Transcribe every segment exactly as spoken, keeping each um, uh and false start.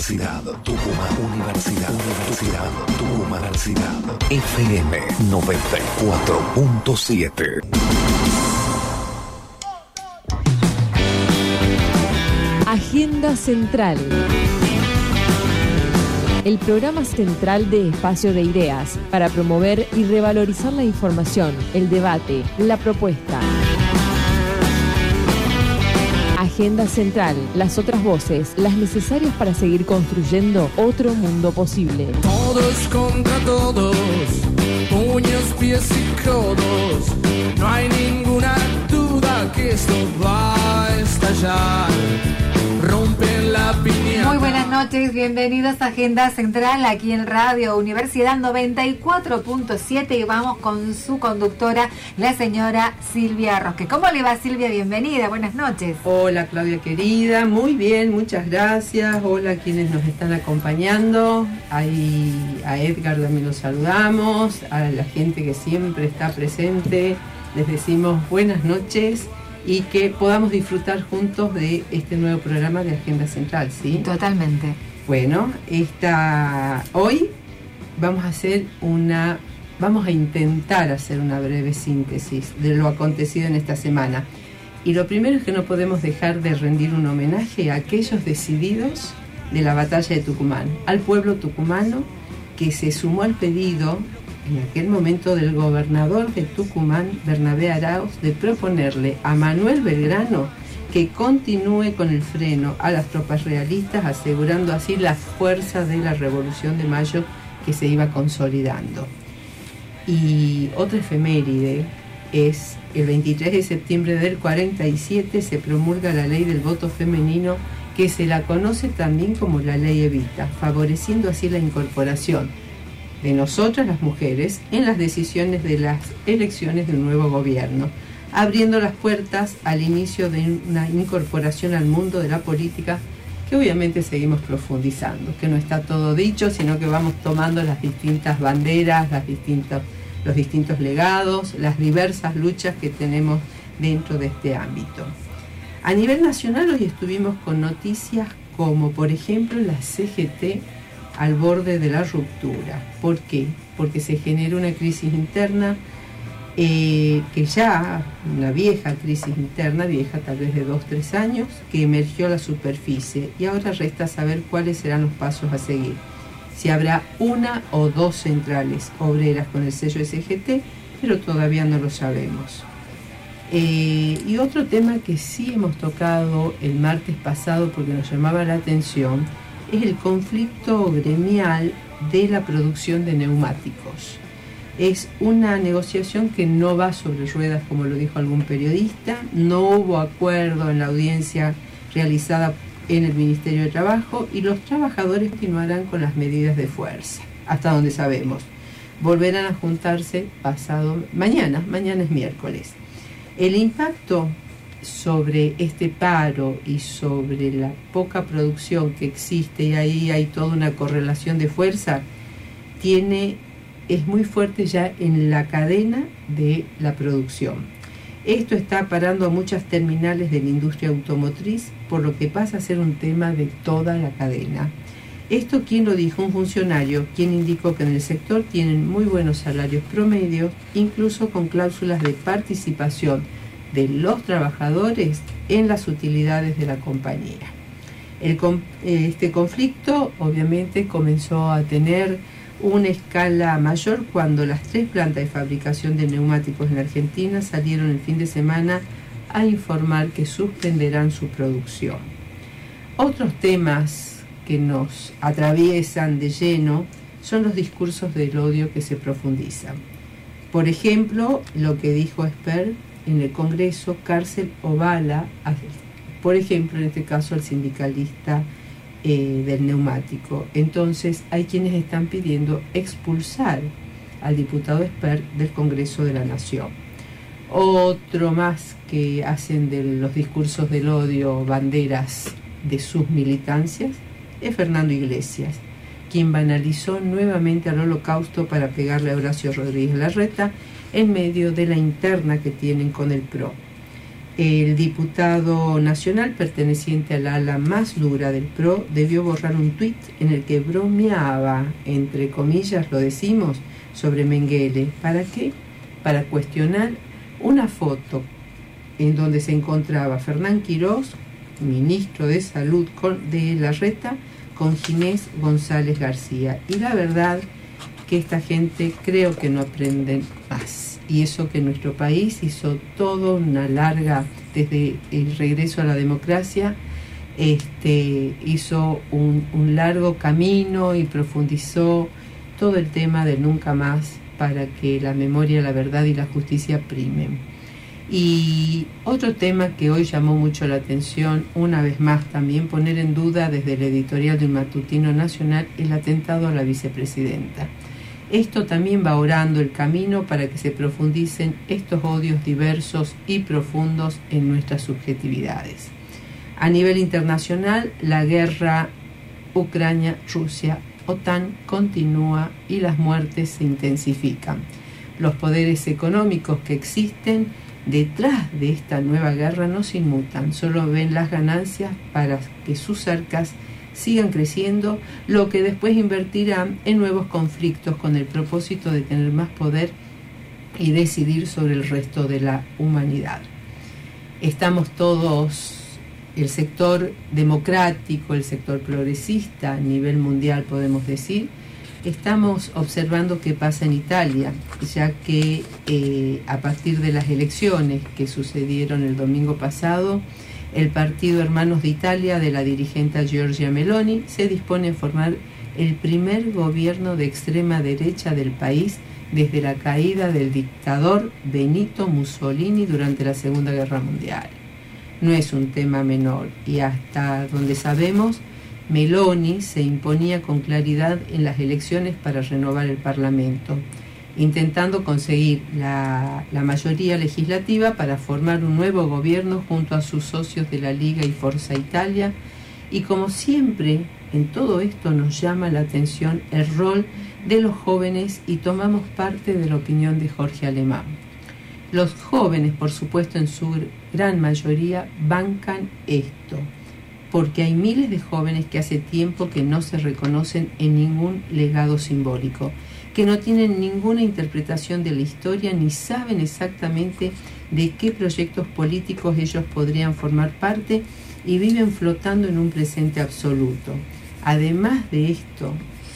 Universidad Tucumán. Universidad, Universidad Tucumán. Universidad F M noventa y cuatro punto siete. Agenda Central. El programa central de Espacio de Ideas para promover y revalorizar la información, el debate, la propuesta. Agenda Central, las otras voces, las necesarias para seguir construyendo otro mundo posible. Todos contra todos, puños, pies y codos. No hay ninguna duda que esto va a estallar. Rompen la piñata. Muy buenas noches, bienvenidos a Agenda Central aquí en Radio Universidad noventa y cuatro punto siete y vamos con su conductora, la señora Silvia Rosque. ¿Cómo le va, Silvia? Bienvenida, buenas noches. Hola, Claudia querida, muy bien, muchas gracias. Hola a quienes nos están acompañando. Ahí a Edgar también los saludamos, a la gente que siempre está presente. Les decimos buenas noches y que podamos disfrutar juntos de este nuevo programa de Agenda Central, ¿sí? Totalmente. Bueno, esta, hoy vamos a hacer una, vamos a intentar hacer una breve síntesis de lo acontecido en esta semana. Y lo primero es que no podemos dejar de rendir un homenaje a aquellos decididos de la batalla de Tucumán, al pueblo tucumano que se sumó al pedido en aquel momento del gobernador de Tucumán, Bernabé Arauz, de proponerle a Manuel Belgrano que continúe con el freno a las tropas realistas, asegurando así la fuerza de la Revolución de Mayo que se iba consolidando. Y otra efeméride es el veintitrés de septiembre del cuarenta y siete se promulga la ley del voto femenino, que se la conoce también como la ley Evita, favoreciendo así la incorporación de nosotras las mujeres en las decisiones de las elecciones de un nuevo gobierno, abriendo las puertas al inicio de una incorporación al mundo de la política que obviamente seguimos profundizando, que no está todo dicho, sino que vamos tomando las distintas banderas, las distintas, los distintos legados, las diversas luchas que tenemos dentro de este ámbito. A nivel nacional hoy estuvimos con noticias como por ejemplo la C G T al borde de la ruptura. ¿Por qué? Porque se generó una crisis interna eh, que ya, una vieja crisis interna, vieja tal vez de dos, tres años, que emergió a la superficie y ahora resta saber cuáles serán los pasos a seguir. Si habrá una o dos centrales obreras con el sello S G T, pero todavía no lo sabemos. Eh, y otro tema que sí hemos tocado el martes pasado porque nos llamaba la atención es el conflicto gremial de la producción de neumáticos. Es una negociación que no va sobre ruedas, como lo dijo algún periodista. No hubo acuerdo en la audiencia realizada en el Ministerio de Trabajo y los trabajadores continuarán con las medidas de fuerza, hasta donde sabemos. Volverán a juntarse pasado mañana, mañana es miércoles. El impacto sobre este paro y sobre la poca producción que existe, y ahí hay toda una correlación de fuerza, tiene, es muy fuerte ya en la cadena de la producción. Esto está parando a muchas terminales de la industria automotriz, por lo que pasa a ser un tema de toda la cadena. Esto, ¿quién lo dijo? Un funcionario, quien indicó que en el sector tienen muy buenos salarios promedios, incluso con cláusulas de participación de los trabajadores en las utilidades de la compañía. El, este conflicto obviamente comenzó a tener una escala mayor cuando las tres plantas de fabricación de neumáticos en Argentina salieron el fin de semana a informar que suspenderán su producción. Otros temas que nos atraviesan de lleno son los discursos del odio que se profundizan. Por ejemplo, lo que dijo Esper en el Congreso, cárcel o bala, por ejemplo, en este caso al sindicalista eh, del neumático. Entonces hay quienes están pidiendo expulsar al diputado Esper del Congreso de la Nación. Otro más que hacen de los discursos del odio banderas de sus militancias es Fernando Iglesias, quien banalizó nuevamente al Holocausto para pegarle a Horacio Rodríguez Larreta en medio de la interna que tienen con el P R O. El diputado nacional perteneciente al ala más dura del P R O debió borrar un tuit en el que bromeaba, entre comillas lo decimos, sobre Mengele. ¿Para qué? Para cuestionar una foto en donde se encontraba Fernán Quirós, ministro de Salud de Larreta, con Ginés González García. Y la verdad que esta gente creo que no aprenden más. Y eso que nuestro país hizo toda una larga, desde el regreso a la democracia, este, hizo un, un largo camino y profundizó todo el tema de nunca más para que la memoria, la verdad y la justicia primen. Y otro tema que hoy llamó mucho la atención, una vez más también, poner en duda desde el editorial de un matutino nacional el atentado a la vicepresidenta. Esto también va orando el camino para que se profundicen estos odios diversos y profundos en nuestras subjetividades. A nivel internacional, la guerra Ucrania-Rusia OTAN continúa y las muertes se intensifican. Los poderes económicos que existen detrás de esta nueva guerra no se inmutan, solo ven las ganancias para que sus arcas sigan creciendo, lo que después invertirán en nuevos conflictos con el propósito de tener más poder y decidir sobre el resto de la humanidad. Estamos todos, el sector democrático, el sector progresista a nivel mundial podemos decir, estamos observando qué pasa en Italia, ya que eh, a partir de las elecciones que sucedieron el domingo pasado, el partido Hermanos de Italia de la dirigente Giorgia Meloni se dispone a formar el primer gobierno de extrema derecha del país desde la caída del dictador Benito Mussolini durante la Segunda Guerra Mundial. No es un tema menor y hasta donde sabemos, Meloni se imponía con claridad en las elecciones para renovar el Parlamento, intentando conseguir la, la mayoría legislativa para formar un nuevo gobierno junto a sus socios de la Liga y Forza Italia. Y como siempre, en todo esto nos llama la atención el rol de los jóvenes y tomamos parte de la opinión de Jorge Alemán. Los jóvenes, por supuesto, en su gran mayoría, bancan esto, porque hay miles de jóvenes que hace tiempo que no se reconocen en ningún legado simbólico, que no tienen ninguna interpretación de la historia ni saben exactamente de qué proyectos políticos ellos podrían formar parte y viven flotando en un presente absoluto. Además de esto,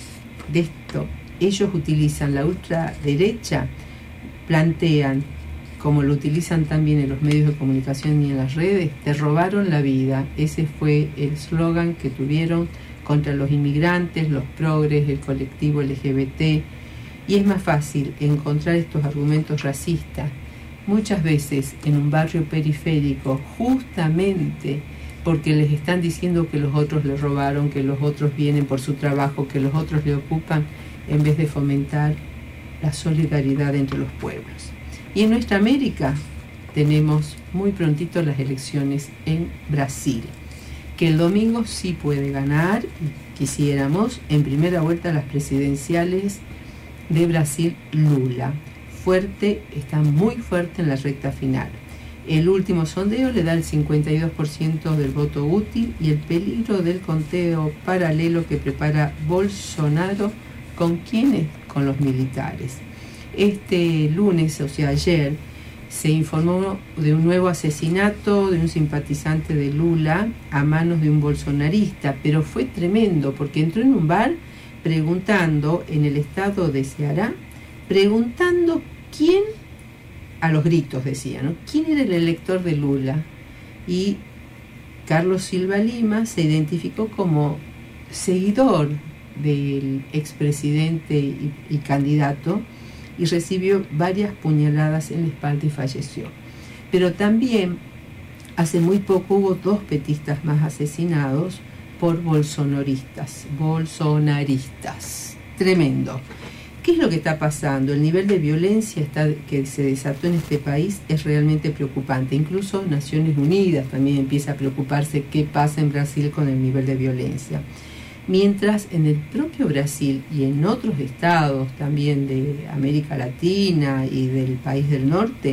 de esto, ellos utilizan la ultraderecha, plantean, como lo utilizan también en los medios de comunicación y en las redes, te robaron la vida. Ese fue el eslogan que tuvieron contra los inmigrantes, los progres, el colectivo L G B T. Y es más fácil encontrar estos argumentos racistas muchas veces en un barrio periférico, justamente porque les están diciendo que los otros les robaron, que los otros vienen por su trabajo, que los otros le ocupan, en vez de fomentar la solidaridad entre los pueblos. Y en nuestra América tenemos muy prontito las elecciones en Brasil, que el domingo sí puede ganar, quisiéramos, en primera vuelta las presidenciales de Brasil, Lula. Fuerte, está muy fuerte en la recta final. El último sondeo le da el cincuenta y dos por ciento del voto útil y el peligro del conteo paralelo que prepara Bolsonaro. ¿Con quiénes? Con los militares. Este lunes, o sea ayer, se informó de un nuevo asesinato de un simpatizante de Lula a manos de un bolsonarista, pero fue tremendo porque entró en un bar preguntando en el estado de Ceará, preguntando quién, a los gritos decía, ¿no? ¿Quién era el elector de Lula? Y Carlos Silva Lima se identificó como seguidor del expresidente y, y candidato y recibió varias puñaladas en la espalda y falleció. Pero también hace muy poco hubo dos petistas más asesinados por bolsonaristas, bolsonaristas. Tremendo. ¿Qué es lo que está pasando? El nivel de violencia está, que se desató en este país es realmente preocupante. Incluso Naciones Unidas también empieza a preocuparse qué pasa en Brasil con el nivel de violencia. Mientras en el propio Brasil y en otros estados también de América Latina y del país del norte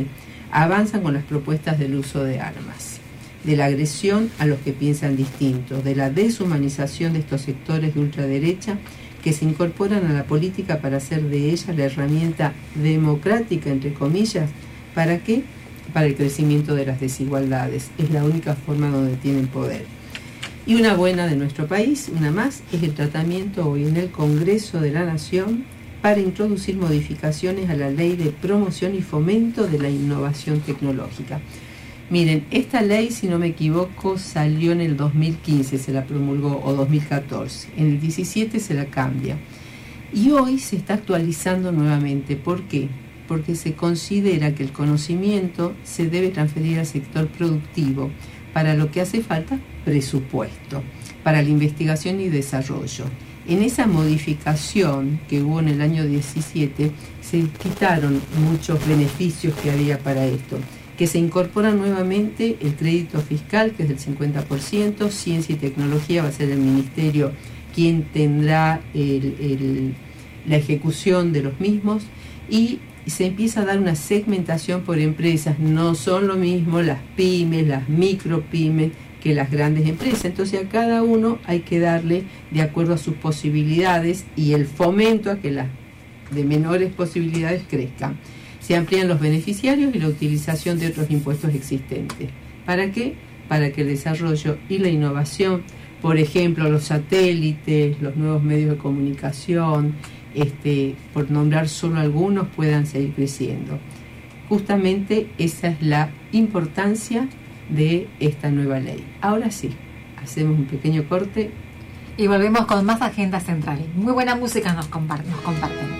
Avanzan con las propuestas del uso de armas, de la agresión a los que piensan distinto, de la deshumanización de estos sectores de ultraderecha que se incorporan a la política para hacer de ella la herramienta democrática, entre comillas. ¿Para qué? Para el crecimiento de las desigualdades. Es la única forma donde tienen poder. Y una buena de nuestro país, una más, es el tratamiento hoy en el Congreso de la Nación para introducir modificaciones a la Ley de Promoción y Fomento de la Innovación Tecnológica. Miren, esta ley, si no me equivoco, salió en el dos mil quince, se la promulgó, o dos mil catorce. En el diecisiete se la cambia. Y hoy se está actualizando nuevamente. ¿Por qué? Porque se considera que el conocimiento se debe transferir al sector productivo, para lo que hace falta presupuesto, para la investigación y desarrollo. En esa modificación que hubo en el año diecisiete, se quitaron muchos beneficios que había para esto, que se incorpora nuevamente el crédito fiscal, que es del cincuenta por ciento, ciencia y tecnología va a ser el ministerio quien tendrá el, el, la ejecución de los mismos, y se empieza a dar una segmentación por empresas. No son lo mismo las pymes, las micropymes, que las grandes empresas. Entonces a cada uno hay que darle de acuerdo a sus posibilidades y el fomento a que las de menores posibilidades crezcan. Se amplían los beneficiarios y la utilización de otros impuestos existentes. ¿Para qué? Para que el desarrollo y la innovación, por ejemplo, los satélites, los nuevos medios de comunicación, este, por nombrar solo algunos, puedan seguir creciendo. Justamente esa es la importancia de esta nueva ley. Ahora sí, hacemos un pequeño corte y volvemos con más Agenda Central. Muy buena música nos comparten. Nos comparten.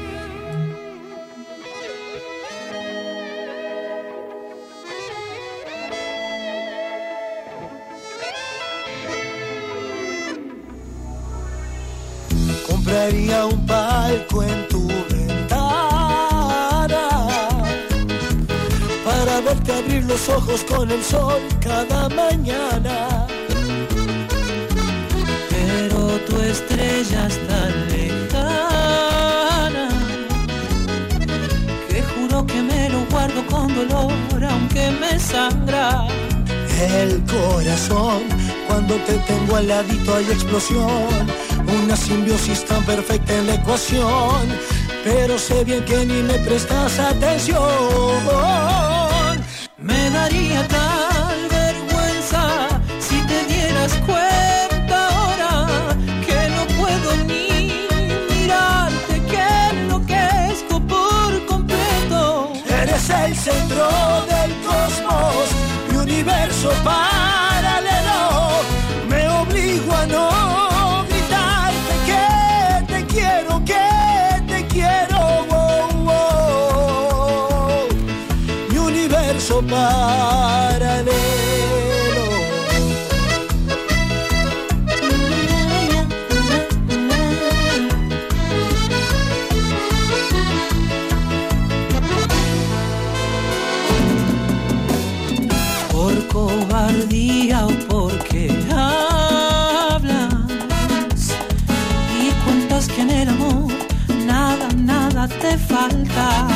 Compraría un palco en tu ventana para verte abrir los ojos con el sol cada mañana. Pero tu estrella es tan lejana que juro que me lo guardo con dolor, aunque me sangra el corazón. Cuando te tengo al ladito hay explosión, una simbiosis tan perfecta en la ecuación, pero sé bien que ni me prestas atención. Me daría tal vergüenza si te dieras cuenta ahora que no puedo ni mirarte, que enloquezco por completo. Eres el centro del cosmos, mi universo paralelo. Me obligo a no paralelo. Por cobardía o porque hablas y cuentas que en el amor nada, nada te falta.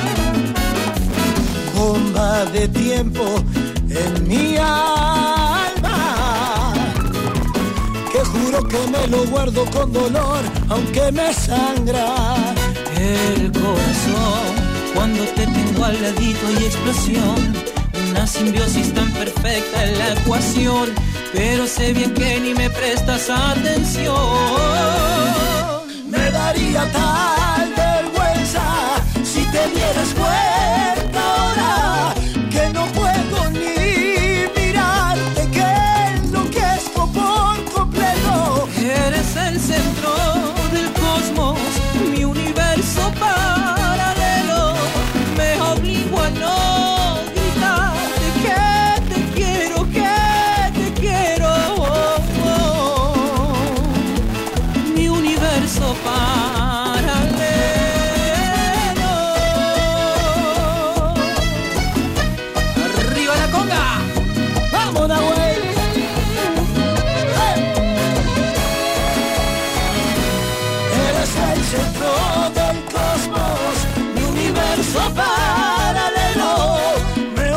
Bomba de tiempo en mi alma, que juro que me lo guardo con dolor, aunque me sangra el corazón. Cuando te tengo al ladito hay explosión, una simbiosis tan perfecta en la ecuación, pero sé bien que ni me prestas atención. Me daría tal vergüenza si te dieras cuenta ahora que no puedo ni mirarte, que enloquezco por completo. Eres el centro del cosmos, mi universo paralelo. Me obligo a no gritarte que te quiero, que te quiero. Oh, oh. Mi universo paralelo. Arriba la conga, vamos la güey. Eres el centro del cosmos, mi universo paralelo. Me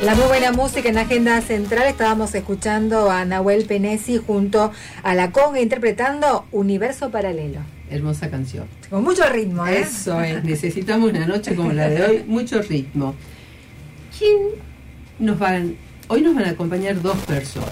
La muy buena música en Agenda Central. Estábamos escuchando a Nahuel Penesi junto a La Conga interpretando Universo Paralelo. Hermosa canción. Con mucho ritmo, ¿eh? Eso es, necesitamos una noche como la de hoy, mucho ritmo. ¿Quién nos van? Hoy nos van a acompañar dos personas.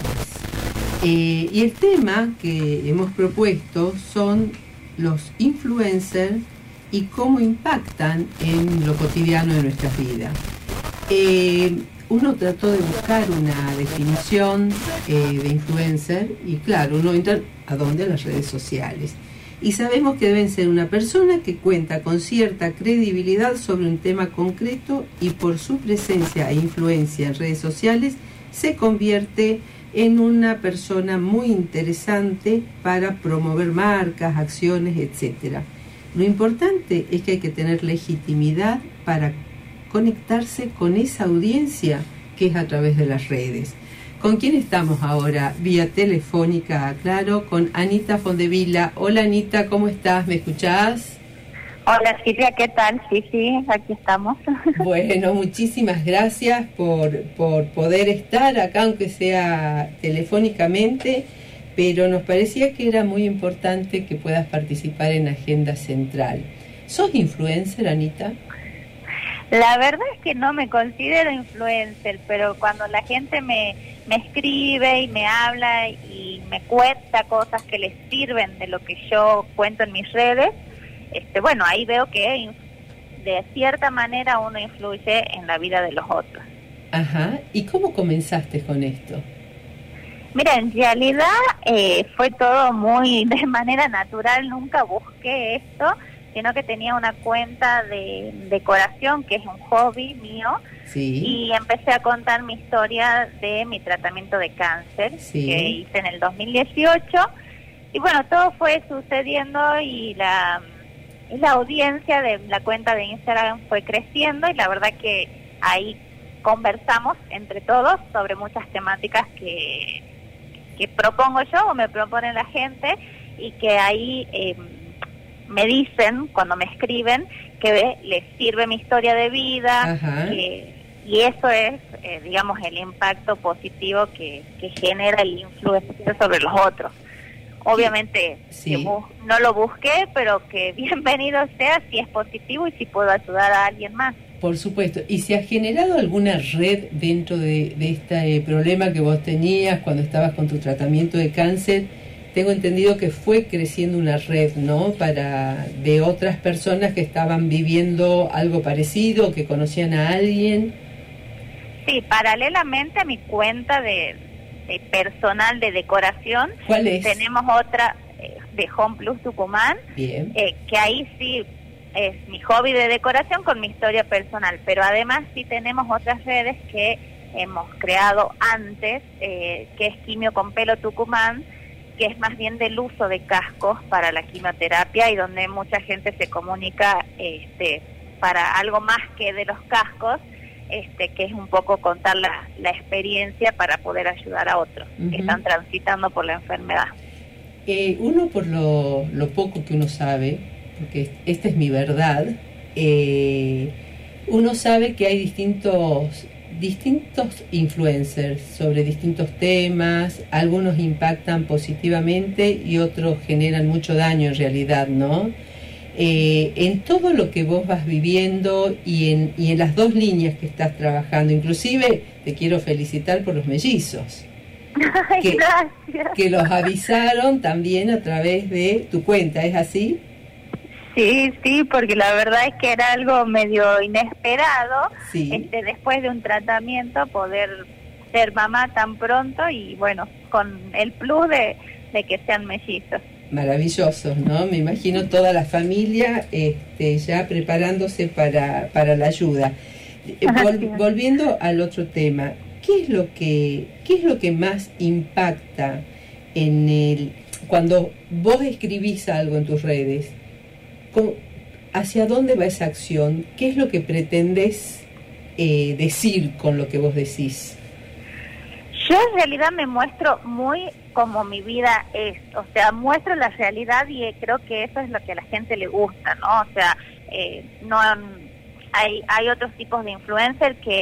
Eh, y el tema que hemos propuesto son los influencers y cómo impactan en lo cotidiano de nuestras vidas. Eh, uno trató de buscar una definición eh, de influencer y claro, uno entra a dónde, a las redes sociales. Y sabemos que deben ser una persona que cuenta con cierta credibilidad sobre un tema concreto y por su presencia e influencia en redes sociales se convierte en una persona muy interesante para promover marcas, acciones, etcétera. Lo importante es que hay que tener legitimidad para conectarse con esa audiencia que es a través de las redes. ¿Con quién estamos ahora? Vía telefónica, claro, con Anita Fondevila. Hola Anita, ¿cómo estás? ¿Me escuchás? Hola Silvia, ¿qué tal? Sí, sí, aquí estamos. Bueno, muchísimas gracias por, por poder estar acá, aunque sea telefónicamente, pero nos parecía que era muy importante que puedas participar en Agenda Central. ¿Sos influencer, Anita? La verdad es que no me considero influencer, pero cuando la gente me, me escribe y me habla y me cuenta cosas que les sirven de lo que yo cuento en mis redes, este, bueno, ahí veo que de cierta manera uno influye en la vida de los otros. Ajá, ¿y cómo comenzaste con esto? Mira, en realidad eh, fue todo muy de manera natural, nunca busqué esto, sino que tenía una cuenta de decoración, que es un hobby mío, sí. Y empecé a contar mi historia de mi tratamiento de cáncer, sí. Que hice en el dos mil dieciocho, y bueno, todo fue sucediendo y la, y la audiencia de la cuenta de Instagram fue creciendo, y la verdad que ahí conversamos entre todos sobre muchas temáticas que, que propongo yo o me propone la gente, y que ahí... Eh, me dicen, cuando me escriben, que les sirve mi historia de vida, que, y eso es, eh, digamos, el impacto positivo que, que genera el influencer sobre los otros. Obviamente, sí. que bu- no lo busqué, pero que bienvenido sea si es positivo y si puedo ayudar a alguien más. Por supuesto. ¿Y se ha generado alguna red dentro de, de este eh, problema que vos tenías cuando estabas con tu tratamiento de cáncer? Tengo entendido que fue creciendo una red, ¿no? Para de otras personas que estaban viviendo algo parecido, que conocían a alguien. Sí, paralelamente a mi cuenta de, de personal de decoración. ¿Cuál es? Tenemos otra eh, de Home Plus Tucumán. Bien. Eh, que ahí sí es mi hobby de decoración con mi historia personal, pero además sí tenemos otras redes que hemos creado antes, eh, que es Quimio con Pelo Tucumán, que es más bien del uso de cascos para la quimioterapia y donde mucha gente se comunica este, para algo más que de los cascos, este, que es un poco contar la, la experiencia para poder ayudar a otros uh-huh. que están transitando por la enfermedad. Eh, uno por lo, lo poco que uno sabe, porque esta es mi verdad, eh, uno sabe que hay distintos... distintos influencers sobre distintos temas, algunos impactan positivamente y otros generan mucho daño en realidad, ¿no? Eh, en todo lo que vos vas viviendo y en, y en las dos líneas que estás trabajando, inclusive te quiero felicitar por los mellizos. Ay, que, gracias. Que los avisaron también a través de tu cuenta, ¿es así? Sí, sí, porque la verdad es que era algo medio inesperado, sí. este, después de un tratamiento poder ser mamá tan pronto y bueno, con el plus de, de que sean mellizos. Maravillosos, ¿no? Me imagino toda la familia este, ya preparándose para, para la ayuda. Vol, volviendo al otro tema, ¿qué es lo que, qué es lo que más impacta en el cuando vos escribís algo en tus redes? ¿Hacia dónde va esa acción? ¿Qué es lo que pretendés eh, decir con lo que vos decís? Yo en realidad me muestro muy como mi vida es, o sea, muestro la realidad y creo que eso es lo que a la gente le gusta, ¿no? O sea, eh, no hay hay otros tipos de influencers que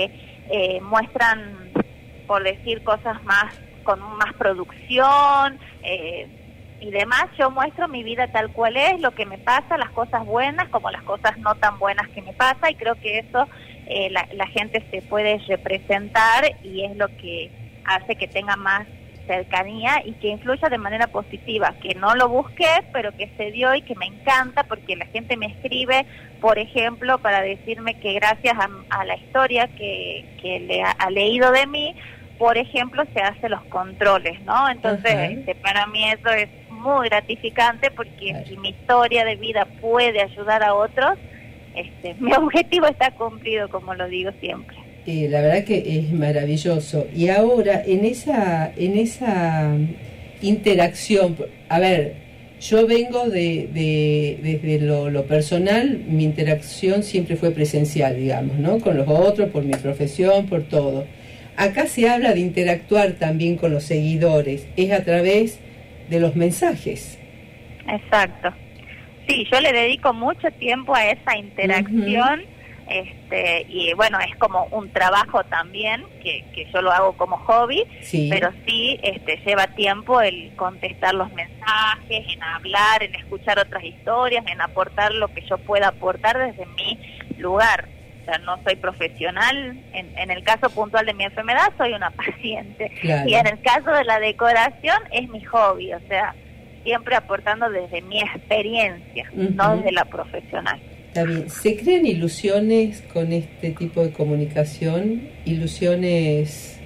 eh, muestran, por decir cosas más, con más producción, eh, y demás. Yo muestro mi vida tal cual es, lo que me pasa, las cosas buenas como las cosas no tan buenas que me pasa, y creo que eso eh, la, la gente se puede representar y es lo que hace que tenga más cercanía y que influya de manera positiva, que no lo busqué, pero que se dio y que me encanta, porque la gente me escribe, por ejemplo, para decirme que gracias a, a la historia que, que le ha, ha leído de mí, por ejemplo, se hacen los controles, ¿no? Entonces, este, para mí eso es muy gratificante, porque claro, si mi historia de vida puede ayudar a otros, este, mi objetivo está cumplido, como lo digo siempre. Eh, la verdad que es maravilloso. Y ahora, en esa, en esa interacción, a ver, yo vengo de, de desde lo, lo personal, mi interacción siempre fue presencial, digamos, ¿no? Con los otros, por mi profesión, por todo. Acá se habla de interactuar también con los seguidores, es a través de los mensajes. Exacto. Sí, yo le dedico mucho tiempo a esa interacción, uh-huh. este y bueno, es como un trabajo también, que, que yo lo hago como hobby, sí. pero sí este lleva tiempo el contestar los mensajes, en hablar, en escuchar otras historias, en aportar lo que yo pueda aportar desde mi lugar. O sea, no soy profesional, en, en el caso puntual de mi enfermedad soy una paciente, claro. y en el caso de la decoración es mi hobby, o sea, siempre aportando desde mi experiencia, uh-huh. no desde la profesional. Está bien. ¿Se crean ilusiones con este tipo de comunicación? Ilusiones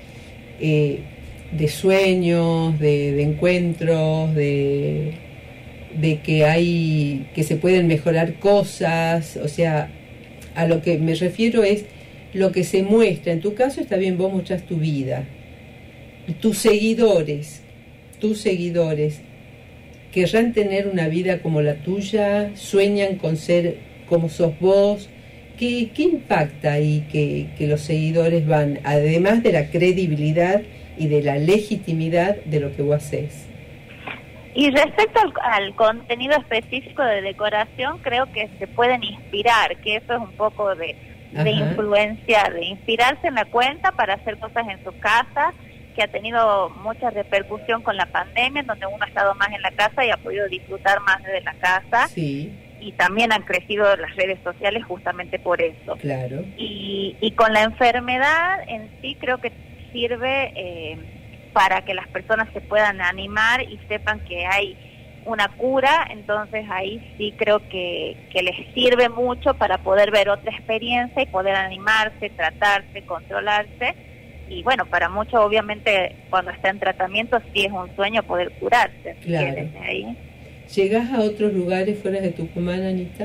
eh, de sueños, de, de encuentros, de, de que hay, que se pueden mejorar cosas, o sea... A lo que me refiero es lo que se muestra. En tu caso está bien, vos mostrás tu vida. Tus seguidores, tus seguidores, ¿querrán tener una vida como la tuya? ¿Sueñan con ser como sos vos? ¿Qué, qué impacta ahí que, que los seguidores van, además de la credibilidad y de la legitimidad de lo que vos hacés? Y respecto al, al contenido específico de decoración, creo que se pueden inspirar, que eso es un poco de, de influencia, de inspirarse en la cuenta para hacer cosas en su casa, que ha tenido mucha repercusión con la pandemia, en donde uno ha estado más en la casa y ha podido disfrutar más desde la casa. Sí. Y también han crecido las redes sociales justamente por eso. Claro. Y, y con la enfermedad en sí creo que sirve... Eh, para que las personas se puedan animar y sepan que hay una cura, entonces ahí sí creo que, que les sirve mucho para poder ver otra experiencia y poder animarse, tratarse, controlarse, y bueno, para muchos obviamente cuando está en tratamiento sí es un sueño poder curarse. Claro. Desde ahí. ¿Llegás a otros lugares fuera de Tucumán, Anita?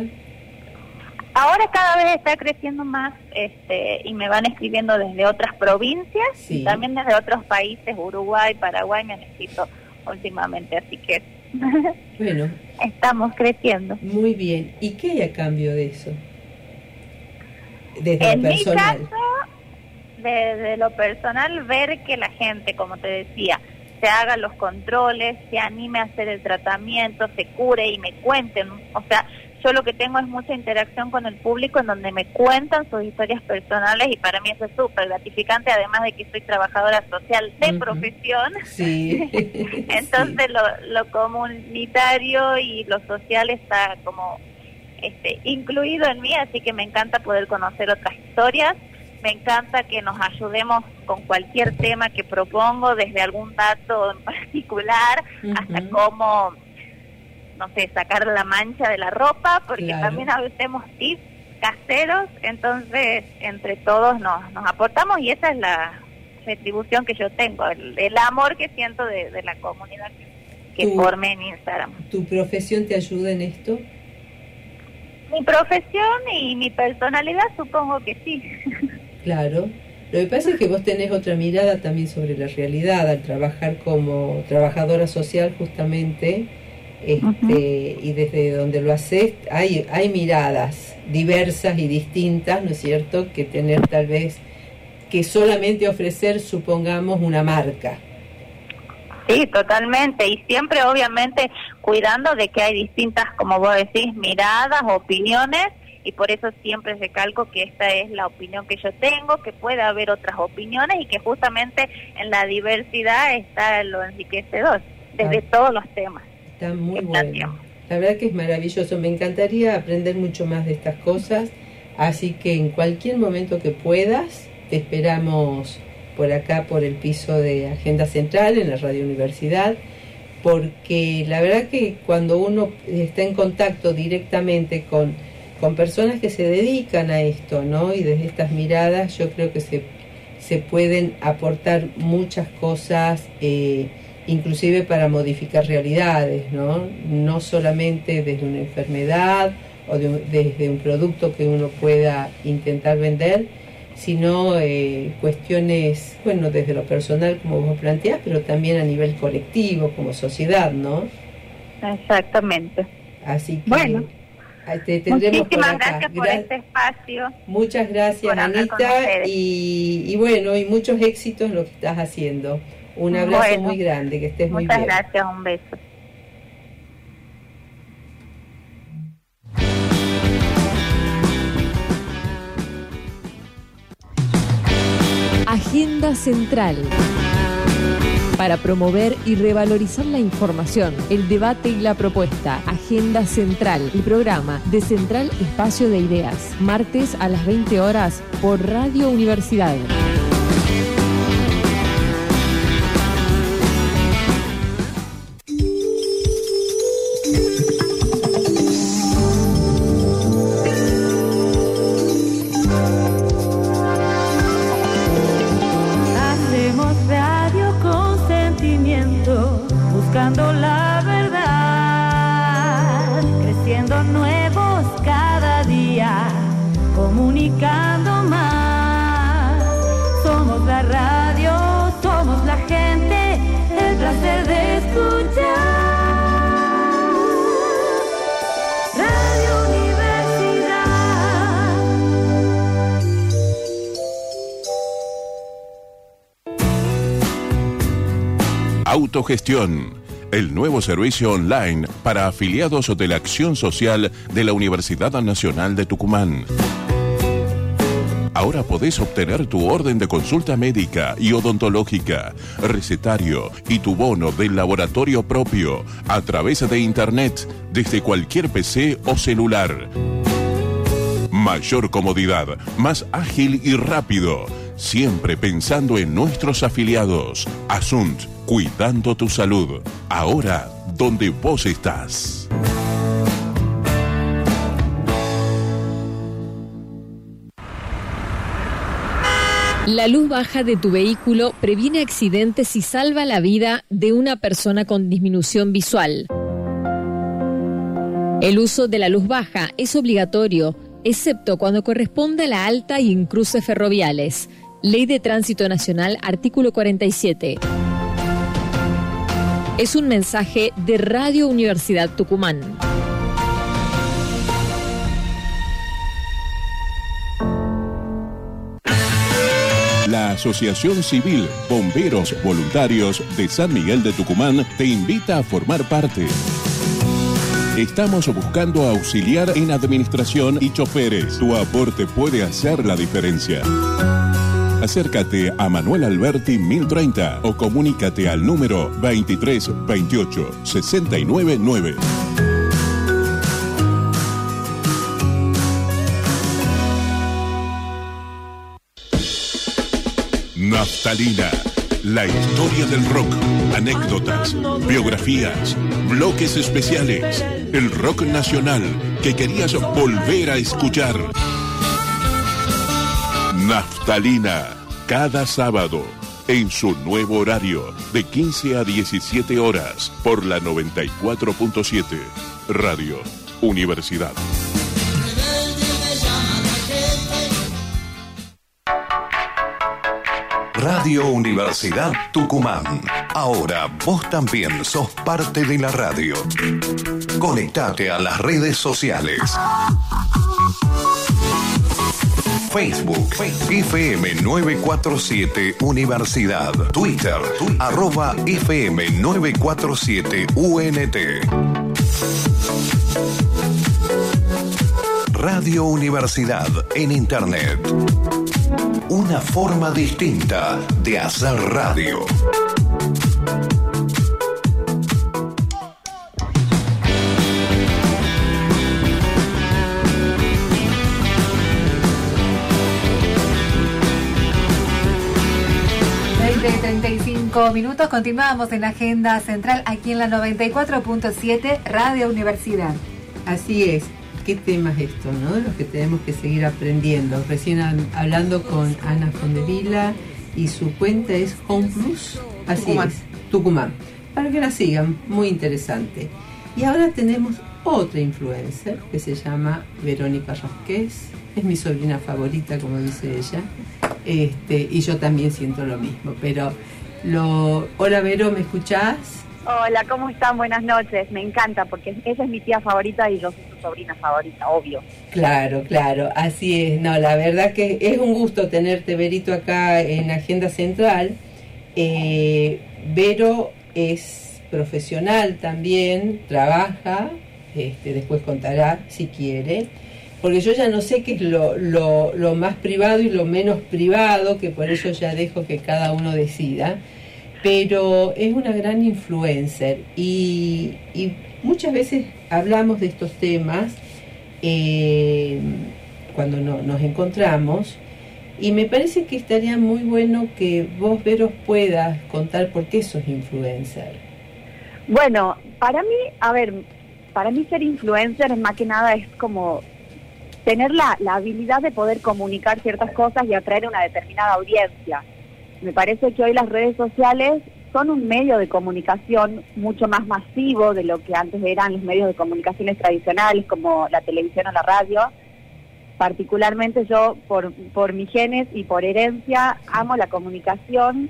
Ahora cada vez está creciendo más, este, y me van escribiendo desde otras provincias, sí. y también desde otros países, Uruguay, Paraguay, me han escrito últimamente, así que bueno, estamos creciendo. Muy bien. ¿Y qué hay a cambio de eso? Desde en lo personal. mi caso, desde lo personal, ver que la gente, como te decía, se haga los controles, se anime a hacer el tratamiento, se cure y me cuenten, o sea, yo lo que tengo es mucha interacción con el público en donde me cuentan sus historias personales y para mí eso es súper gratificante, además de que soy trabajadora social de uh-huh. profesión. Sí. Entonces sí. Lo, lo comunitario y lo social está como este, incluido en mí, así que me encanta poder conocer otras historias, me encanta que nos ayudemos con cualquier tema que propongo, desde algún dato en particular uh-huh. hasta cómo... no sé, sacar la mancha de la ropa, porque claro. también hacemos tips caseros, entonces entre todos nos, nos aportamos y esa es la retribución que yo tengo, el, el amor que siento de, de la comunidad que, que formé en Instagram. ¿Tu profesión te ayuda en esto? Mi profesión y mi personalidad supongo que sí. Claro. Lo que pasa es que vos tenés otra mirada también sobre la realidad al trabajar como trabajadora social justamente. Este, uh-huh. Y desde donde lo haces hay, hay miradas diversas y distintas, ¿no es cierto?, que tener tal vez que solamente ofrecer, supongamos, una marca. Sí, totalmente, y siempre obviamente cuidando de que hay distintas, como vos decís, miradas, opiniones, y por eso siempre recalco que esta es la opinión que yo tengo, que puede haber otras opiniones y que justamente en la diversidad está lo enriquecedor, desde ah, todos los temas. Está muy bueno. La verdad que es maravilloso, me encantaría aprender mucho más de estas cosas, así que en cualquier momento que puedas, te esperamos por acá, por el piso de Agenda Central, en la Radio Universidad, porque la verdad que cuando uno está en contacto directamente con, con personas que se dedican a esto, ¿no? Y desde estas miradas yo creo que se, se pueden aportar muchas cosas, eh, inclusive para modificar realidades, ¿no? No solamente desde una enfermedad o de un, desde un producto que uno pueda intentar vender, sino eh, cuestiones, bueno, desde lo personal, como vos planteás, pero también a nivel colectivo, como sociedad, ¿no? Exactamente. Así que bueno, te tendremos muchísimas por acá. gracias por Gra- este espacio. Muchas gracias, Anita, y, y bueno, y muchos éxitos en lo que estás haciendo. Un abrazo bueno, muy grande, que estés muy bien. Muchas gracias, un beso. Agenda Central. Para promover y revalorizar la información, el debate y la propuesta. Agenda Central, el programa de Central Espacio de Ideas. Martes a las veinte horas por Radio Universidad. Buscando la verdad, creciendo nuevos cada día, comunicando más. Somos la radio, somos la gente, el placer de escuchar. Radio Universidad. Autogestión. El nuevo servicio online para afiliados de la Acción Social de la Universidad Nacional de Tucumán. Ahora podés obtener tu orden de consulta médica y odontológica, recetario y tu bono del laboratorio propio a través de Internet desde cualquier P C o celular. Mayor comodidad, más ágil y rápido, siempre pensando en nuestros afiliados. Asunt, cuidando tu salud, ahora donde vos estás. La luz baja de tu vehículo previene accidentes y salva la vida de una persona con disminución visual. El uso de la luz baja es obligatorio, excepto cuando corresponde a la alta y en cruces ferroviales. Ley de Tránsito Nacional, artículo cuarenta y siete. Es un mensaje de Radio Universidad Tucumán. La Asociación Civil Bomberos Voluntarios de San Miguel de Tucumán te invita a formar parte. Estamos buscando auxiliar en administración y choferes. Tu aporte puede hacer la diferencia. Acércate a Manuel Alberti mil treinta o comunícate al número veintitrés veintiocho sesenta y nueve nueve. Naftalina, la historia del rock, anécdotas, biografías, bloques especiales, el rock nacional que querías volver a escuchar. Naftalina, cada sábado, en su nuevo horario, de quince a diecisiete horas, por la noventa y cuatro punto siete, Radio Universidad. Radio Universidad Tucumán. Ahora vos también sos parte de la radio. Conectate a las redes sociales. Facebook, F M nueve cuatro siete Universidad. Twitter, arroba F M nueve cuatro siete U N T. Radio Universidad en Internet. Una forma distinta de hacer radio. treinta y cinco minutos, continuamos en la agenda central aquí en la noventa y cuatro punto siete Radio Universidad. Así es. ¿Qué tema es esto, no? De los que tenemos que seguir aprendiendo. Recién hablando con Ana Fondevila y su cuenta es Home Plus. Así Tucumán. es, Tucumán. Para que la sigan, muy interesante. Y ahora tenemos otra influencer que se llama Verónica Rosqués. Es mi sobrina favorita, como dice ella. Este, y yo también siento lo mismo. Pero, lo... hola Vero, ¿me escuchás? Hola, ¿cómo están? Buenas noches. Me encanta porque esa es mi tía favorita y yo soy su sobrina favorita, obvio. Claro, claro, así es. No, la verdad que es un gusto tenerte, Verito, acá en Agenda Central. Eh, Vero es profesional también, trabaja, este, después contará si quiere, porque yo ya no sé qué es lo, lo, lo más privado y lo menos privado, que por eso ya dejo que cada uno decida. Pero es una gran influencer y, y muchas veces hablamos de estos temas eh, cuando no, nos encontramos, y me parece que estaría muy bueno que vos, Veros, puedas contar por qué sos influencer. Bueno, para mí, a ver, para mí ser influencer más que nada es como tener la, la habilidad de poder comunicar ciertas cosas y atraer una determinada audiencia. Me parece que hoy las redes sociales son un medio de comunicación mucho más masivo de lo que antes eran los medios de comunicaciones tradicionales como la televisión o la radio. Particularmente yo, por, por mis genes y por herencia, amo la comunicación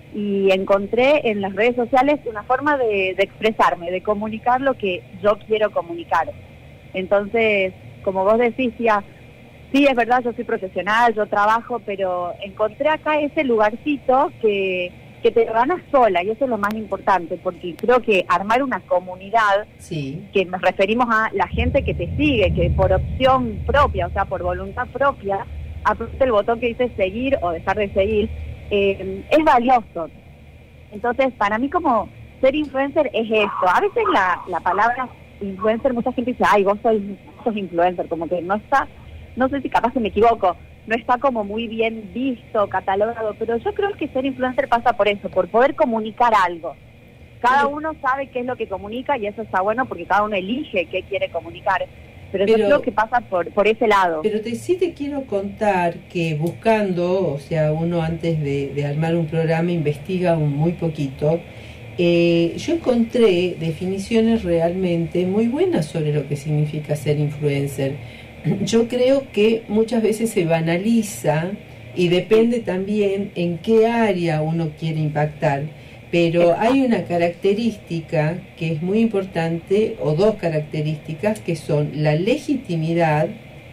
y encontré en las redes sociales una forma de, de expresarme, de comunicar lo que yo quiero comunicar. Entonces, como vos decís, ya, sí, es verdad, yo soy profesional, yo trabajo, pero encontré acá ese lugarcito que, que te ganas sola, y eso es lo más importante, porque creo que armar una comunidad, sí, que nos referimos a la gente que te sigue, que por opción propia, o sea, por voluntad propia, aprieta el botón que dice seguir o dejar de seguir, eh, es valioso. Entonces, para mí como ser influencer es esto. A veces la, la palabra influencer, mucha gente dice, ay, vos sos, sos influencer, como que no está... No sé si capaz que me equivoco, no está como muy bien visto, catalogado, pero yo creo que ser influencer pasa por eso, por poder comunicar algo. Cada uno sabe qué es lo que comunica y eso está bueno porque cada uno elige qué quiere comunicar, pero, pero yo creo que pasa por, por ese lado. Pero te, sí te quiero contar que buscando, o sea, uno antes de, de armar un programa investiga un muy poquito, eh, yo encontré definiciones realmente muy buenas sobre lo que significa ser influencer. Yo creo que muchas veces se banaliza y depende también en qué área uno quiere impactar, pero hay una característica que es muy importante, o dos características, que son la legitimidad,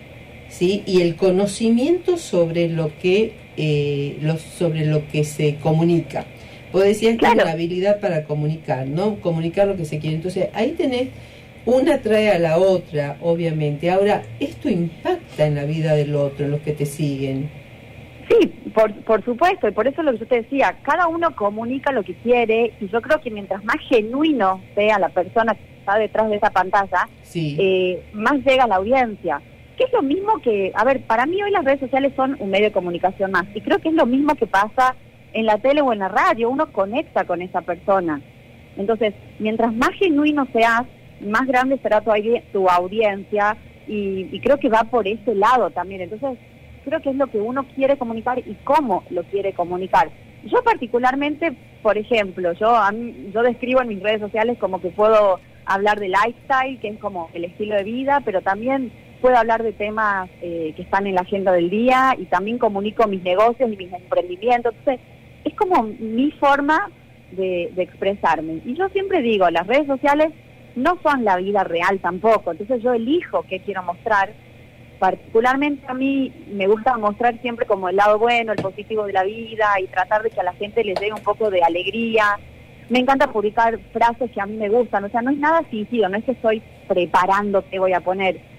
¿sí?, y el conocimiento sobre lo que eh, lo, sobre lo que se comunica. Vos decías que hay una habilidad para comunicar, ¿no? Comunicar lo que se quiere. Entonces, ahí tenés... Una trae a la otra, obviamente. Ahora, esto impacta en la vida del otro, en los que te siguen. Sí, por, por supuesto, y por eso lo que yo te decía, cada uno comunica lo que quiere, y yo creo que mientras más genuino sea la persona que está detrás de esa pantalla, sí, eh, más llega a la audiencia. Que es lo mismo que, a ver, para mí hoy las redes sociales son un medio de comunicación más, y creo que es lo mismo que pasa en la tele o en la radio, uno conecta con esa persona. Entonces, mientras más genuino seas, más grande será tu, tu audiencia y, y creo que va por ese lado también. Entonces, creo que es lo que uno quiere comunicar y cómo lo quiere comunicar. Yo particularmente, por ejemplo, yo a mí, yo describo en mis redes sociales como que puedo hablar de lifestyle, que es como el estilo de vida, pero también puedo hablar de temas eh, que están en la agenda del día y también comunico mis negocios y mis emprendimientos. Entonces, es como mi forma de, de expresarme. Y yo siempre digo, las redes sociales no son la vida real tampoco, entonces yo elijo qué quiero mostrar. Particularmente a mí me gusta mostrar siempre como el lado bueno, el positivo de la vida y tratar de que a la gente les dé un poco de alegría. Me encanta publicar frases que a mí me gustan, o sea, no es nada fingido, no es que estoy preparando qué voy a poner.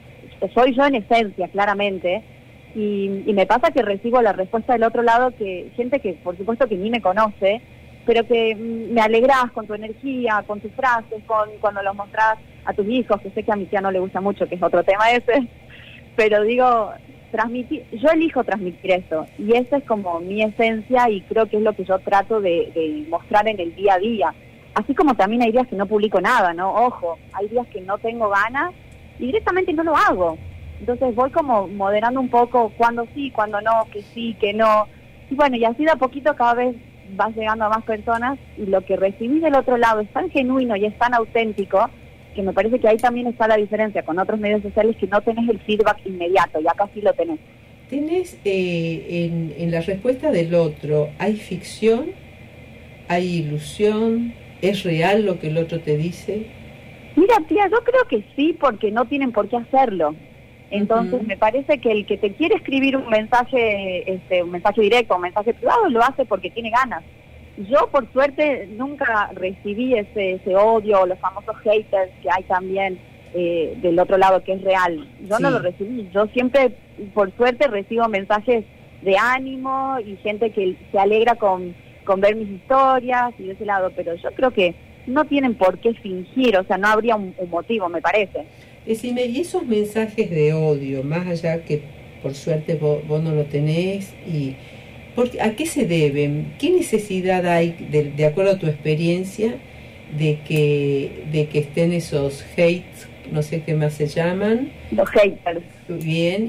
soy yo en esencia, claramente, y, y me pasa que recibo la respuesta del otro lado, que gente que por supuesto que ni me conoce, pero que me alegrás con tu energía, con tus frases, con cuando los mostrás a tus hijos, que sé que a mi tía no le gusta mucho, que es otro tema ese, pero digo, transmitir, yo elijo transmitir eso, y esa es como mi esencia, y creo que es lo que yo trato de, de mostrar en el día a día. Así como también hay días que no publico nada, ¿no? Ojo, hay días que no tengo ganas y directamente no lo hago. Entonces voy como moderando un poco cuando sí, cuando no, que sí, que no. Y bueno, y así de a poquito cada vez vas llegando a más personas, y lo que recibís del otro lado es tan genuino y es tan auténtico, que me parece que ahí también está la diferencia con otros medios sociales, que no tenés el feedback inmediato, y acá sí lo tenés. Tenés eh, en, en la respuesta del otro, ¿hay ficción? ¿Hay ilusión? ¿Es real lo que el otro te dice? Mira, tía, yo creo que sí, porque no tienen por qué hacerlo. Entonces, uh-huh. me parece que el que te quiere escribir un mensaje, este, un mensaje directo, un mensaje privado, lo hace porque tiene ganas. Yo, por suerte, nunca recibí ese, ese odio, o los famosos haters que hay también eh, del otro lado, que es real. Yo sí. no lo recibí. Yo siempre, por suerte, recibo mensajes de ánimo y gente que se alegra con, con ver mis historias y de ese lado, pero yo creo que no tienen por qué fingir, o sea, no habría un, un motivo, me parece. Decime, y esos mensajes de odio, más allá que por suerte vos, vos no lo tenés, y porque, ¿a qué se deben? ¿Qué necesidad hay, de, de acuerdo a tu experiencia, de que de que estén esos hates, no sé qué más se llaman? Los haters. Bien,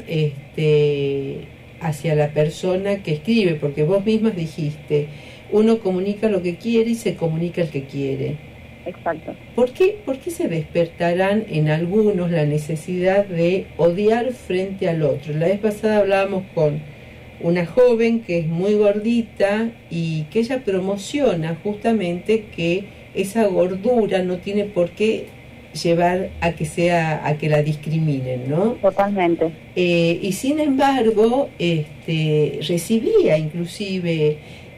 este, hacia la persona que escribe, porque vos mismas dijiste, uno comunica lo que quiere y se comunica el que quiere. Exacto. ¿Por qué, ¿Por qué se despertarán en algunos la necesidad de odiar frente al otro? La vez pasada hablábamos con una joven que es muy gordita y que ella promociona justamente que esa gordura no tiene por qué llevar a que sea a que la discriminen, ¿no? Totalmente. Eh, y sin embargo, este, recibía inclusive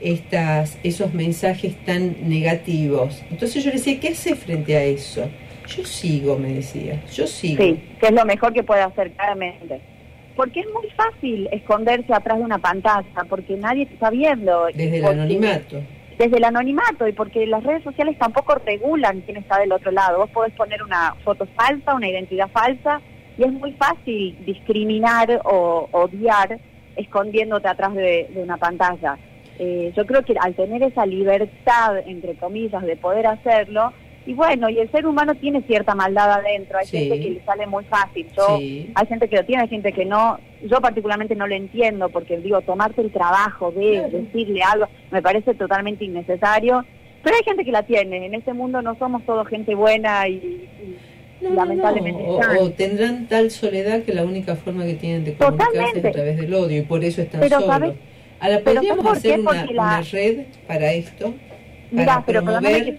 estas esos mensajes tan negativos. Entonces yo le decía, ¿qué hace frente a eso? Yo sigo, me decía, yo sigo. Sí, que es lo mejor que puede hacer, claramente. Porque es muy fácil esconderse atrás de una pantalla, porque nadie te está viendo. Desde el porque, anonimato. Desde el anonimato, y porque las redes sociales tampoco regulan quién está del otro lado. Vos podés poner una foto falsa, una identidad falsa, y es muy fácil discriminar o odiar escondiéndote atrás de, de una pantalla. Eh, yo creo que al tener esa libertad, entre comillas, de poder hacerlo, y bueno, y el ser humano tiene cierta maldad adentro, hay sí. gente que le sale muy fácil, yo sí. hay gente que lo tiene, hay gente que no, yo particularmente no lo entiendo, porque digo, tomarte el trabajo de claro. decirle algo, me parece totalmente innecesario, pero hay gente que la tiene, en este mundo no somos todos gente buena y... y No, lamentablemente no, no. O, o tendrán tal soledad que la única forma que tienen de comunicarse Totalmente. es a través del odio, y por eso están pero, solos. ¿Sabes? Ahora, ¿podríamos hacer una, la... una red para esto? Para Mirá, pero promover que... eh,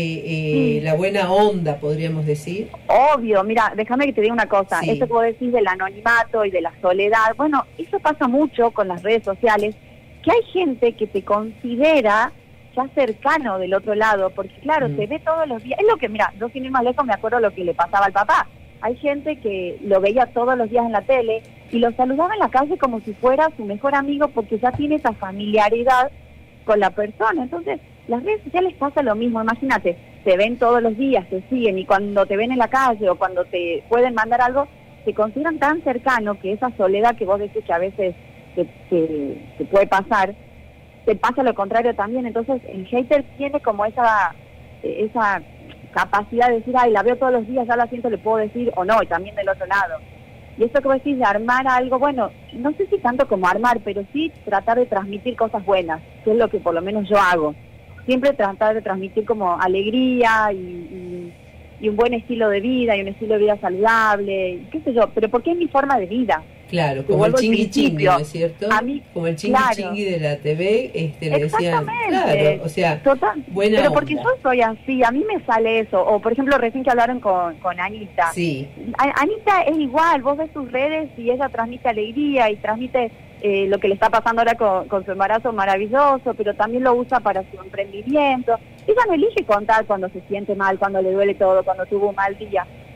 eh, sí. la buena onda, podríamos decir. Obvio, mira, déjame que te diga una cosa. Sí. Esto que vos decís del anonimato y de la soledad, bueno, eso pasa mucho con las redes sociales, que hay gente que te considera ya cercano del otro lado, porque claro, mm. te ve todos los días. Es lo que, mira, yo sin ir más lejos me acuerdo lo que le pasaba al papá. Hay gente que lo veía todos los días en la tele y lo saludaba en la calle como si fuera su mejor amigo, porque ya tiene esa familiaridad con la persona. Entonces, las redes sociales pasa lo mismo. Imagínate, te ven todos los días, te siguen, y cuando te ven en la calle o cuando te pueden mandar algo, te consideran tan cercano que esa soledad que vos decís que a veces te, te, te puede pasar, te pasa lo contrario también. Entonces, el hater tiene como esa esa capacidad de decir, ay, la veo todos los días, ya la siento, le puedo decir o no, y también del otro lado. Y esto que vos decís de armar algo, bueno, no sé si tanto como armar, pero sí tratar de transmitir cosas buenas, que es lo que por lo menos yo hago. Siempre tratar de transmitir como alegría y, y, y un buen estilo de vida, y un estilo de vida saludable, y qué sé yo, pero porque es mi forma de vida. Claro, como el chingui chingui, ¿no es cierto? A mí, como el chingui claro. chingui de la T V, este, le decían, claro, o sea, Total. buena Pero onda. Porque yo soy así, a mí me sale eso. O, por ejemplo, recién que hablaron con, con Anita. Sí. A, Anita es igual, vos ves sus redes y ella transmite alegría y transmite eh, lo que le está pasando ahora con, con su embarazo maravilloso, pero también lo usa para su emprendimiento. Ella no elige contar cuando se siente mal, cuando le duele todo, cuando tuvo un mal día.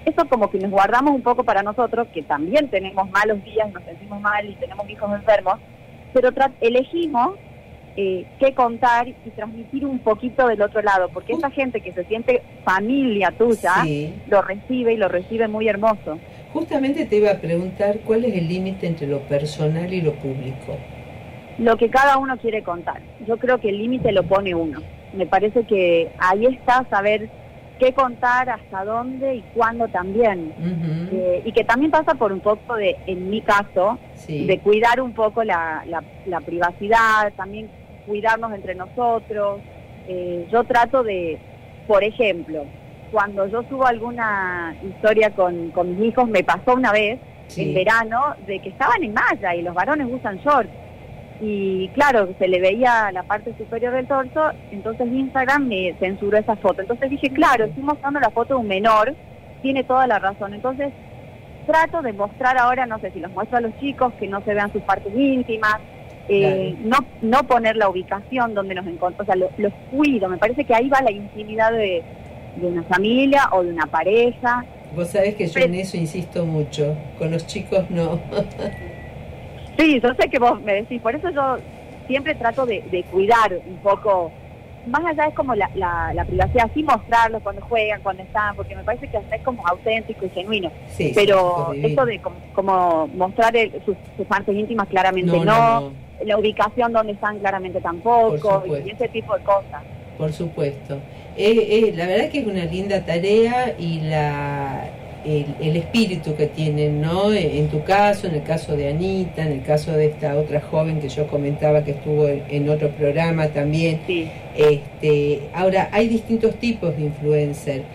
eso como que nos guardamos un poco para nosotros, que también tenemos malos días, nos sentimos mal y tenemos hijos enfermos, pero elegimos eh, qué contar y transmitir un poquito del otro lado, porque esa gente que se siente familia tuya, sí, lo recibe y lo recibe muy hermoso. Justamente te iba a preguntar cuál es el límite entre lo personal y lo público. Lo que cada uno quiere contar. Yo creo que el límite lo pone uno. Me parece que ahí está saber qué contar, hasta dónde y cuándo también. Uh-huh. Eh, y que también pasa por un poco de, en mi caso, sí, de cuidar un poco la, la, la privacidad, también cuidarnos entre nosotros. Eh, yo trato de, por ejemplo, cuando yo subo alguna historia con, con mis hijos, me pasó una vez, sí, en verano, de que estaban en malla y los varones usan shorts. Y claro, se le veía la parte superior del torso, entonces Instagram me censuró esa foto. Entonces dije, claro, estoy mostrando la foto de un menor, tiene toda la razón. Entonces trato de mostrar ahora, no sé si los muestro a los chicos, que no se vean sus partes íntimas, eh, claro, no no poner la ubicación donde nos encontramos, o sea, lo, los cuido. Me parece que ahí va la intimidad de, de una familia o de una pareja. Vos sabés que yo Pero, en eso insisto mucho, con los chicos no. Sí, yo sé que vos me decís, por eso yo siempre trato de, de cuidar un poco, más allá es como la, la, la privacidad, sí mostrarlos cuando juegan, cuando están, porque me parece que hasta es como auténtico y genuino, sí, pero sí, eso de como, como mostrar el, sus, sus partes íntimas claramente no, no, no, la ubicación donde están claramente tampoco, y ese tipo de cosas. Por supuesto. Eh, eh, la verdad que es una linda tarea y la... El, el espíritu que tienen, ¿no? En tu caso, en el caso de Anita, en el caso de esta otra joven que yo comentaba que estuvo en, en otro programa también. Sí. Este, ahora, hay distintos tipos de influencer,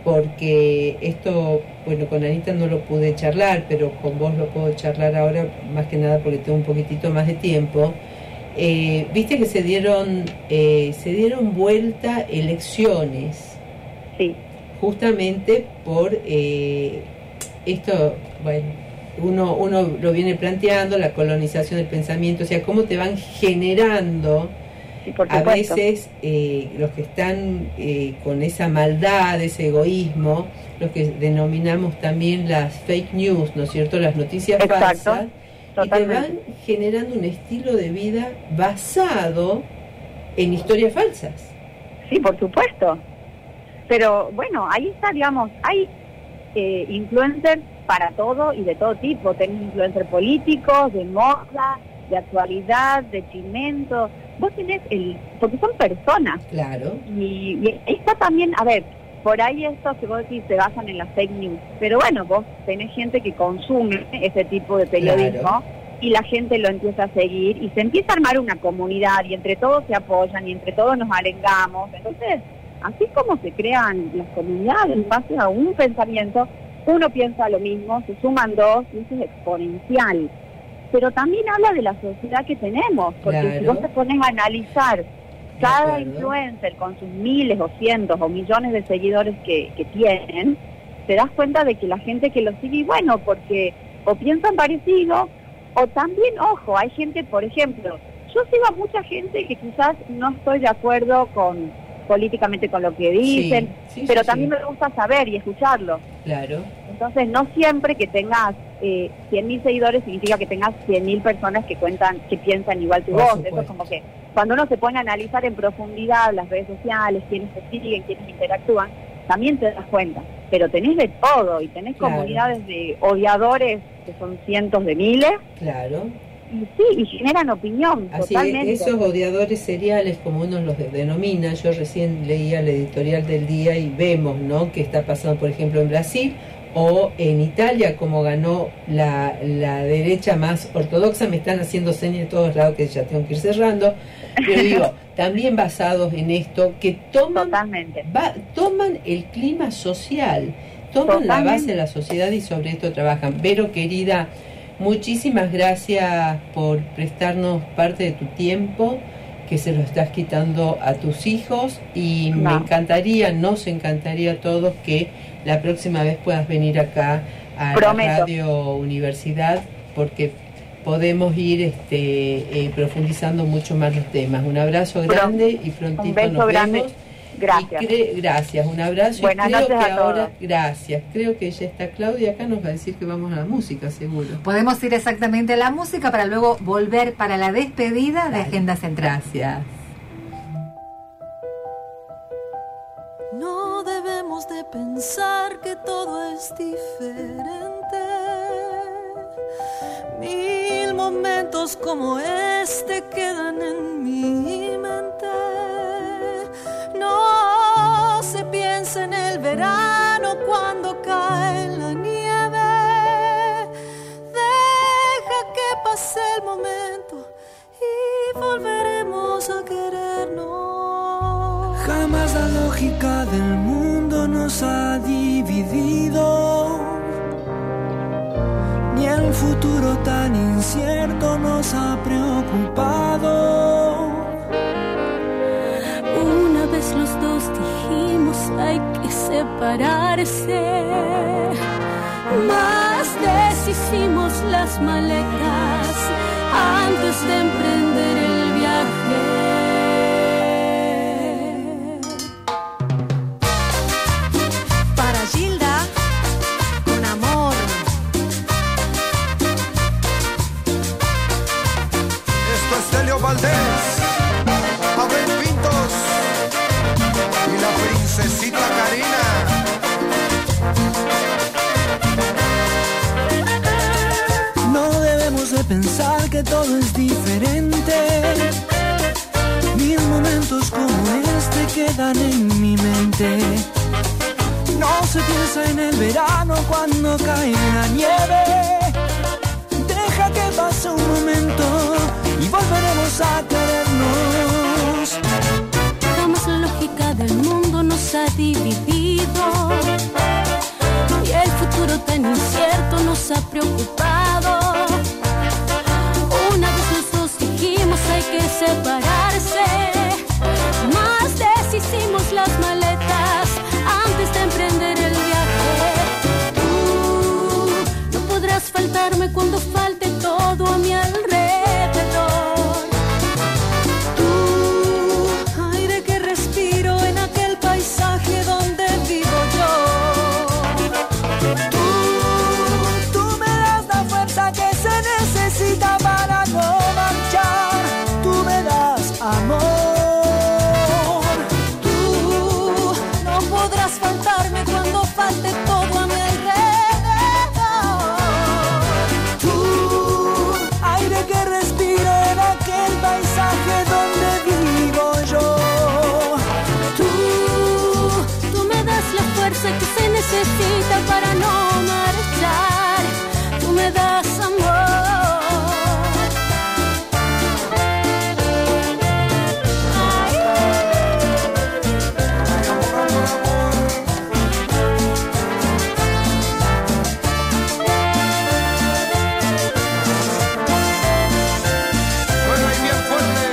porque esto, bueno, con Anita no lo pude charlar, pero con vos lo puedo charlar ahora, más que nada porque tengo un poquitito más de tiempo. Eh, Viste que se dieron, eh, se dieron vuelta elecciones. Sí. Justamente por eh, esto, bueno, uno, uno lo viene planteando, la colonización del pensamiento, o sea, cómo te van generando, sí, por a veces eh, los que están eh, con esa maldad, ese egoísmo, los que denominamos también las fake news, ¿no es cierto?, las noticias Exacto. falsas, Totalmente. Y te van generando un estilo de vida basado en historias falsas. Sí, por supuesto. Pero bueno, ahí está, digamos, hay eh, influencers para todo y de todo tipo. Tenés influencers políticos, de moda, de actualidad, de cimento. Vos tenés el... porque son personas. Claro. Y, y está también, a ver, por ahí estos que vos decís se basan en las fake news. Pero bueno, vos tenés gente que consume ese tipo de periodismo, claro, y la gente lo empieza a seguir y se empieza a armar una comunidad y entre todos se apoyan y entre todos nos arengamos. Entonces... así como se crean las comunidades en base a un pensamiento, uno piensa lo mismo, se suman dos y eso es exponencial. Pero también habla de la sociedad que tenemos, porque claro, si vos te pones a analizar cada influencer con sus miles o cientos o millones de seguidores que, que tienen, te das cuenta de que la gente que lo sigue, bueno, porque o piensan parecido, o también, ojo, hay gente, por ejemplo, yo sigo a mucha gente que quizás no estoy de acuerdo con... políticamente con lo que dicen, sí, sí, pero sí, también sí. me gusta saber y escucharlo. Claro. Entonces, no siempre que tengas eh, cien mil seguidores significa que tengas cien mil personas que cuentan, que piensan igual que Por vos. supuesto. Eso es como que cuando uno se pone a analizar en profundidad las redes sociales, quiénes se siguen, quiénes interactúan, también te das cuenta. Pero tenés de todo y tenés claro, comunidades de odiadores que son cientos de miles. Claro. Y sí, y generan opinión. Así, totalmente. Esos odiadores seriales, como uno los de, denomina, yo recién leía el editorial del día y vemos, ¿no?, que está pasando, por ejemplo, en Brasil o en Italia, como ganó la, la derecha más ortodoxa. Me están haciendo señas de todos lados que ya tengo que ir cerrando, pero digo, también basados en esto, que toman, va, toman el clima social, toman Totalmente. la base de la sociedad y sobre esto trabajan. Vero, querida, muchísimas gracias por prestarnos parte de tu tiempo, que se lo estás quitando a tus hijos, y no. me encantaría, nos encantaría a todos que la próxima vez puedas venir acá a Prometo. la Radio Universidad, porque podemos ir este, eh, profundizando mucho más los temas. Un abrazo grande y prontito Un beso nos grande. vemos. Gracias. Cre- gracias, un abrazo. Buenas y creo noches que a todos. ahora, gracias. Creo que ya está Claudia acá, nos va a decir que vamos a la música, seguro. Podemos ir exactamente a la música para luego volver para la despedida de Dale. Agenda Central. Gracias. No debemos de pensar que todo es diferente. Mil momentos como este quedan en mi mente. No se piensa en el verano cuando cae la nieve. Deja que pase el momento y volveremos a querernos. Jamás la lógica del mundo nos ha dividido, ni el futuro tan incierto nos ha preocupado. Una vez los dos dijimos hay que separarse, más deshicimos las maletas antes de emprender el viaje. Valdés, Abel Pintos y la princesita Karina. No debemos de pensar que todo es diferente. Mil momentos como este quedan en mi mente. No se piensa en el verano cuando cae la nieve. Deja que pase un momento y volveremos a querernos. Jamás la lógica del mundo nos ha dividido, y el futuro tan incierto nos ha preocupado. Una vez los dos dijimos hay que separarse, más deshicimos las maletas antes de emprender el viaje. Tú no podrás faltarme cuando falte todo a mi alrededor. Donde vivo yo, tú, tú me das la fuerza que se necesita para no marchar. Tú me das amor. Tú no podrás faltarme cuando falte todo a mi alrededor. Tú, aire que respiro en aquel paisaje donde vivo yo. Que se necesita para no marchar, tú me das amor. Bueno, y bien fuerte.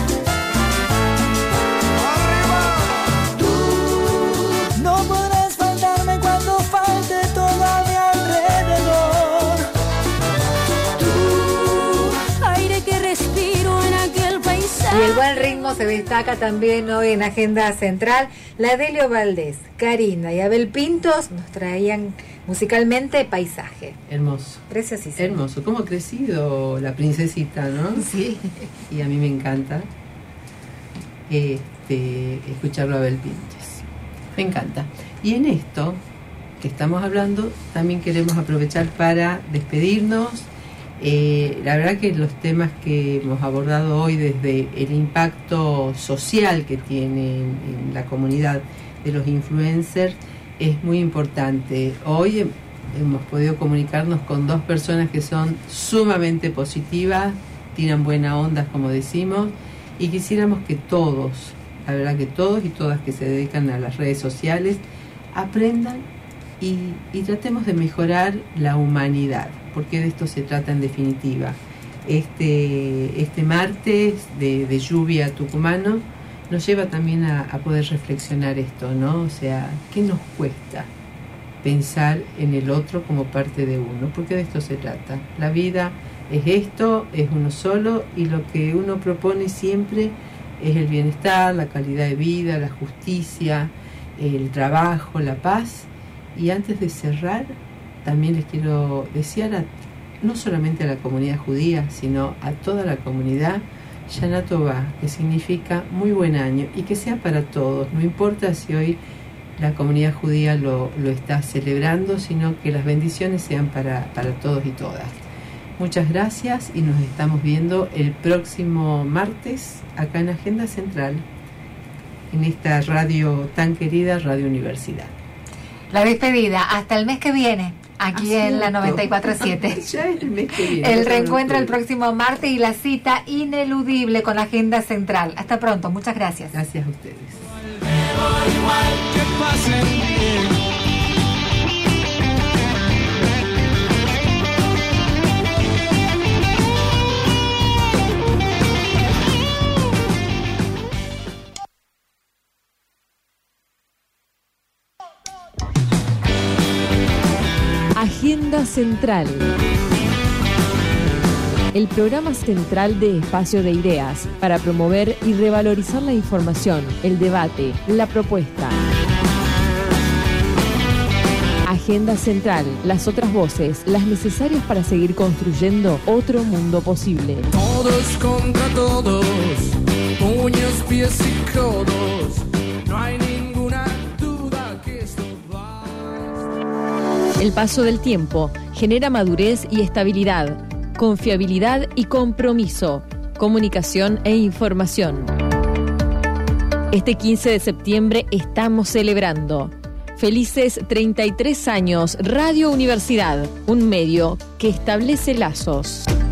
Arriba. Tú no podrás cuando falte todo a mi alrededor. Tú, aire que respiro en aquel paisaje. Y el buen ritmo se destaca también hoy en Agenda Central. La Delio Valdés, Karina y Abel Pintos nos traían musicalmente Paisaje. Hermoso. Preciosísimo. Hermoso. Cómo ha crecido la princesita, ¿no? Sí. Y a mí me encanta este, escucharlo a Abel Pintos. Me encanta. Y en esto que estamos hablando, también queremos aprovechar para despedirnos. Eh, la verdad que los temas que hemos abordado hoy, desde el impacto social que tienen en la comunidad de los influencers, es muy importante. Hoy hemos podido comunicarnos con dos personas que son sumamente positivas, tiran buena onda, como decimos, y quisiéramos que todos, la verdad que todos y todas que se dedican a las redes sociales, aprendan y, y tratemos de mejorar la humanidad, porque de esto se trata en definitiva. Este, este martes de, de lluvia tucumano nos lleva también a, a poder reflexionar esto, ¿no? O sea, ¿qué nos cuesta pensar en el otro como parte de uno? Porque de esto se trata. La vida es esto, es uno solo, y lo que uno propone siempre Es el bienestar, la calidad de vida, la justicia, el trabajo, la paz. Y antes de cerrar, también les quiero desear a, no solamente a la comunidad judía, sino a toda la comunidad, Shana Tová, que significa muy buen año, y que sea para todos. No importa si hoy la comunidad judía lo, lo está celebrando, sino que las bendiciones sean para, para todos y todas. Muchas gracias y nos estamos viendo el próximo martes acá en Agenda Central, en esta radio tan querida, Radio Universidad. La despedida, hasta el mes que viene, aquí en la noventa y cuatro punto siete. Ya es el mes que viene. El reencuentro el próximo martes y la cita ineludible con la Agenda Central. Hasta pronto, muchas gracias. Gracias a ustedes. Agenda Central. El programa central de Espacio de Ideas para promover y revalorizar la información, el debate, la propuesta. Agenda Central, las otras voces, las necesarias para seguir construyendo otro mundo posible. Todos contra todos, puños, pies y codos, no hay ninguna duda que esto va. El paso del tiempo genera madurez y estabilidad, confiabilidad y compromiso, comunicación e información. Este quince de septiembre estamos celebrando. Felices treinta y tres años Radio Universidad, un medio que establece lazos.